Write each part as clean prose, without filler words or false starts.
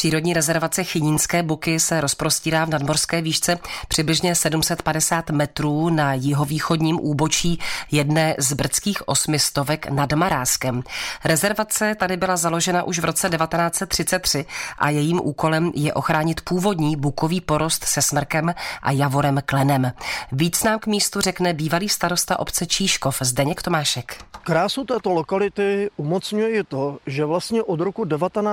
Přírodní rezervace Chynínské Buky se rozprostírá v nadmořské výšce přibližně 750 metrů na jihovýchodním úbočí jedné z brdských 800 nad Maráskem. Rezervace tady byla založena už v roce 1933 a jejím úkolem je ochránit původní bukový porost se smrkem a javorem klenem. Víc nám k místu řekne bývalý starosta obce Čížkov Zdeněk Tomášek. Krásu této lokality umocňuje i to, že vlastně od roku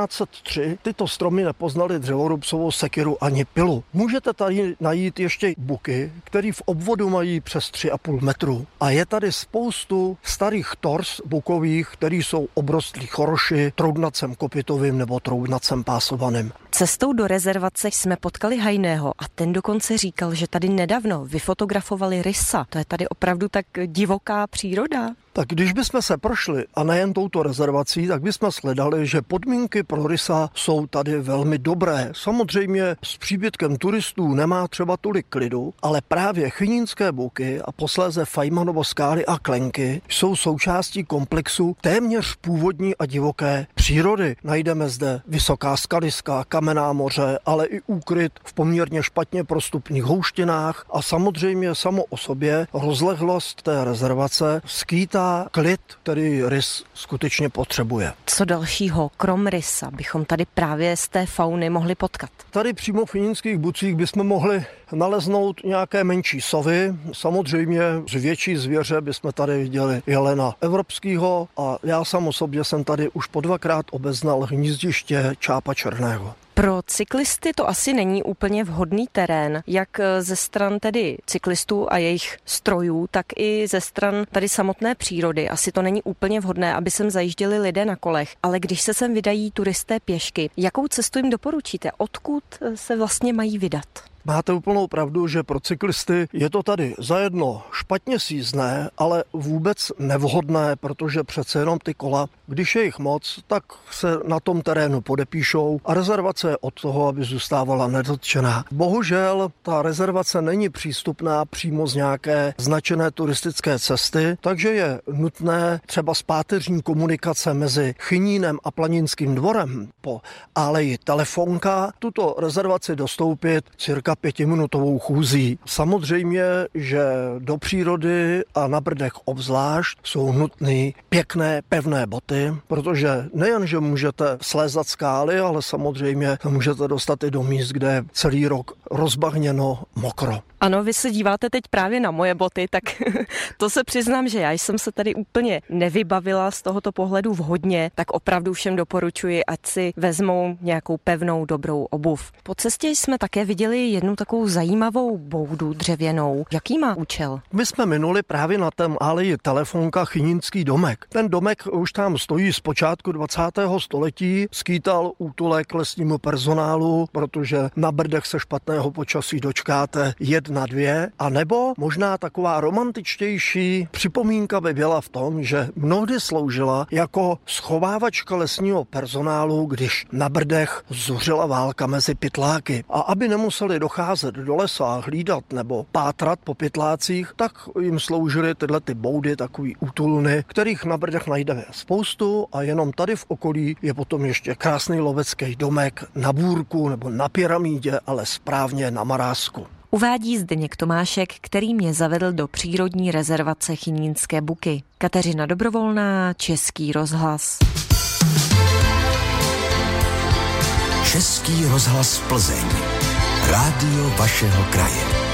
1903 tyto stromy nepoznaly dřevorubcovou sekiru ani pilu. Můžete tady najít ještě buky, které v obvodu mají přes 3,5 metru. A je tady spoustu starých tors bukových, které jsou obrostlí choroši, troubnacem kopitovým nebo troubnacem pásovaným. Cestou do rezervace jsme potkali Hajného a ten dokonce říkal, že tady nedávno vyfotografovali rysa. To je tady opravdu tak divoká příroda. Tak když bychom se prošli a nejen touto rezervací, tak bychom sledali, že podmínky pro rysa jsou tady velmi dobré. Samozřejmě s příbytkem turistů nemá třeba tolik klidu, ale právě Chynínské Buky a posléze Fajmanovo skály a Klenky jsou součástí komplexu téměř původní a divoké přírody. Najdeme zde vysoká skaliska, kamenná moře, ale i úkryt v poměrně špatně prostupných houštinách a samozřejmě samo o sobě rozlehlost té rezervace skýtá klid, který rys skutečně potřebuje. Co dalšího, krom rysa, bychom tady právě z té fauny mohli potkat? Tady přímo v Chynínských Bucích bychom mohli naleznout nějaké menší sovy. Samozřejmě z větší zvěře bychom tady viděli jelena evropského a já sám osobně jsem tady už po 2krát obeznal hnízdiště čápa černého. Pro cyklisty to asi není úplně vhodný terén, jak ze stran tedy cyklistů a jejich strojů, tak i ze stran tady samotné přírody. Asi to není úplně vhodné, aby sem zajížděli lidé na kolech, ale když se sem vydají turisté pěšky, jakou cestu jim doporučíte? Odkud se vlastně mají vydat? Máte úplnou pravdu, že pro cyklisty je to tady zajedno špatně sjízdné, ale vůbec nevhodné, protože přece jenom ty kola, když je jich moc, tak se na tom terénu podepíšou a rezervace je od toho, aby zůstávala nedotčená. Bohužel ta rezervace není přístupná přímo z nějaké značené turistické cesty, takže je nutné třeba zpáteřní komunikace mezi Chynínem a Planínským dvorem po aleji Telefonka tuto rezervaci dostoupit cirka 5minutovou chůzí. Samozřejmě, že do přírody a na Brdech obzvlášť jsou nutné pěkné, pevné boty, protože nejen, že můžete slézat skály, ale samozřejmě můžete dostat i do míst, kde je celý rok rozbahněno, mokro. Ano, vy se díváte teď právě na moje boty, tak to se přiznám, že já jsem se tady úplně nevybavila z tohoto pohledu vhodně, tak opravdu všem doporučuji, ať si vezmou nějakou pevnou, dobrou obuv. Po cestě jsme také viděli jednu takovou zajímavou boudu dřevěnou. Jaký má účel? My jsme minuli právě na tém aleji Telefonka Chynínský domek. Ten domek už tam stojí z počátku 20. století, skýtal útulek lesnímu personálu, protože na Brdech se špatného počasí dočkáte 1-2, a nebo možná taková romantičtější připomínka by byla v tom, že mnohdy sloužila jako schovávačka lesního personálu, když na Brdech zuřila válka mezi pytláky. A aby nemuseli docházet do lesa a hlídat nebo pátrat po pytlácích, tak jim sloužily tyhle ty boudy, takový útulny, kterých na Brdech najdeme spoustu a jenom tady v okolí je potom ještě krásný lovecký domek na Bůrku nebo na Pyramídě, ale správně na Marásku. Uvádí Zdeněk Tomášek, který mě zavedl do přírodní rezervace Chynínské Buky. Kateřina Dobrovolná, Český rozhlas. Český rozhlas Plzeň. Rádio vašeho kraje.